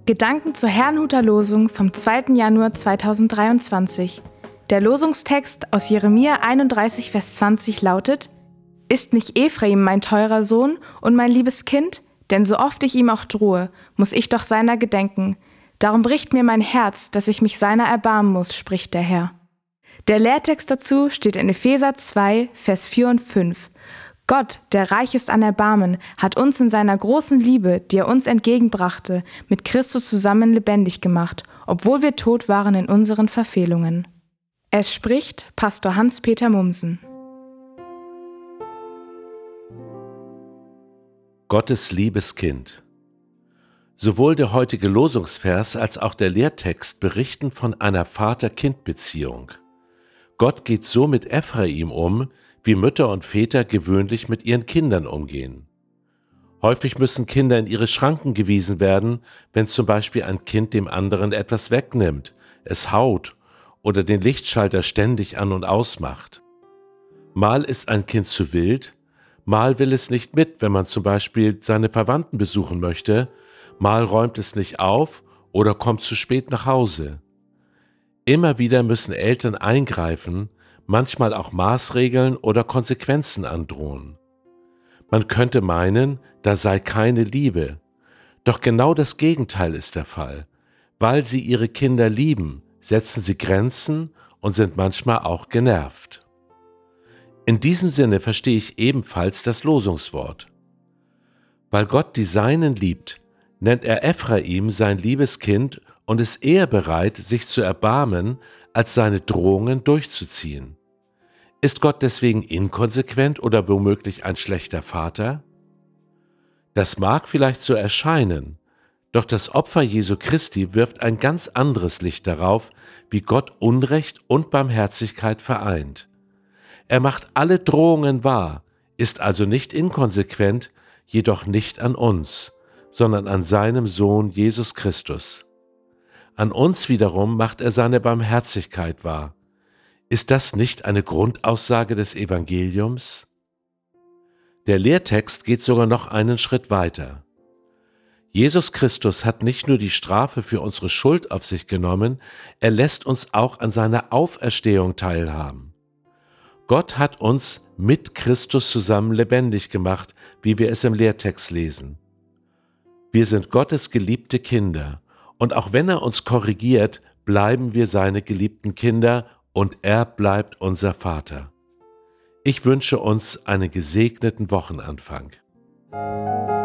Gedanken zur Herrnhuter Losung vom 2. Januar 2023. Der Losungstext aus Jeremia 31, Vers 20 lautet: Ist nicht Ephraim mein teurer Sohn und mein liebes Kind? Denn so oft ich ihm auch drohe, muss ich doch seiner gedenken. Darum bricht mir mein Herz, dass ich mich seiner erbarmen muss, spricht der Herr. Der Lehrtext dazu steht in Epheser 2, Vers 4 und 5. Gott, der reich ist an Erbarmen, hat uns in seiner großen Liebe, die er uns entgegenbrachte, mit Christus zusammen lebendig gemacht, obwohl wir tot waren in unseren Verfehlungen. Es spricht Pastor Hans-Peter Mumsen. Gottes liebes Kind. Sowohl der heutige Losungsvers als auch der Lehrtext berichten von einer Vater-Kind-Beziehung. Gott geht so mit Ephraim um, wie Mütter und Väter gewöhnlich mit ihren Kindern umgehen. Häufig müssen Kinder in ihre Schranken gewiesen werden, wenn zum Beispiel ein Kind dem anderen etwas wegnimmt, es haut oder den Lichtschalter ständig an und ausmacht. Mal ist ein Kind zu wild, mal will es nicht mit, wenn man zum Beispiel seine Verwandten besuchen möchte, mal räumt es nicht auf oder kommt zu spät nach Hause. Immer wieder müssen Eltern eingreifen, manchmal auch Maßregeln oder Konsequenzen androhen. Man könnte meinen, da sei keine Liebe. Doch genau das Gegenteil ist der Fall. Weil sie ihre Kinder lieben, setzen sie Grenzen und sind manchmal auch genervt. In diesem Sinne verstehe ich ebenfalls das Losungswort. Weil Gott die Seinen liebt, nennt er Ephraim sein liebes Kind und ist eher bereit, sich zu erbarmen, als seine Drohungen durchzuziehen. Ist Gott deswegen inkonsequent oder womöglich ein schlechter Vater? Das mag vielleicht so erscheinen, doch das Opfer Jesu Christi wirft ein ganz anderes Licht darauf, wie Gott Unrecht und Barmherzigkeit vereint. Er macht alle Drohungen wahr, ist also nicht inkonsequent, jedoch nicht an uns, sondern an seinem Sohn Jesus Christus. An uns wiederum macht er seine Barmherzigkeit wahr. Ist das nicht eine Grundaussage des Evangeliums? Der Lehrtext geht sogar noch einen Schritt weiter. Jesus Christus hat nicht nur die Strafe für unsere Schuld auf sich genommen, er lässt uns auch an seiner Auferstehung teilhaben. Gott hat uns mit Christus zusammen lebendig gemacht, wie wir es im Lehrtext lesen. Wir sind Gottes geliebte Kinder, und auch wenn er uns korrigiert, bleiben wir seine geliebten Kinder und er bleibt unser Vater. Ich wünsche uns einen gesegneten Wochenanfang.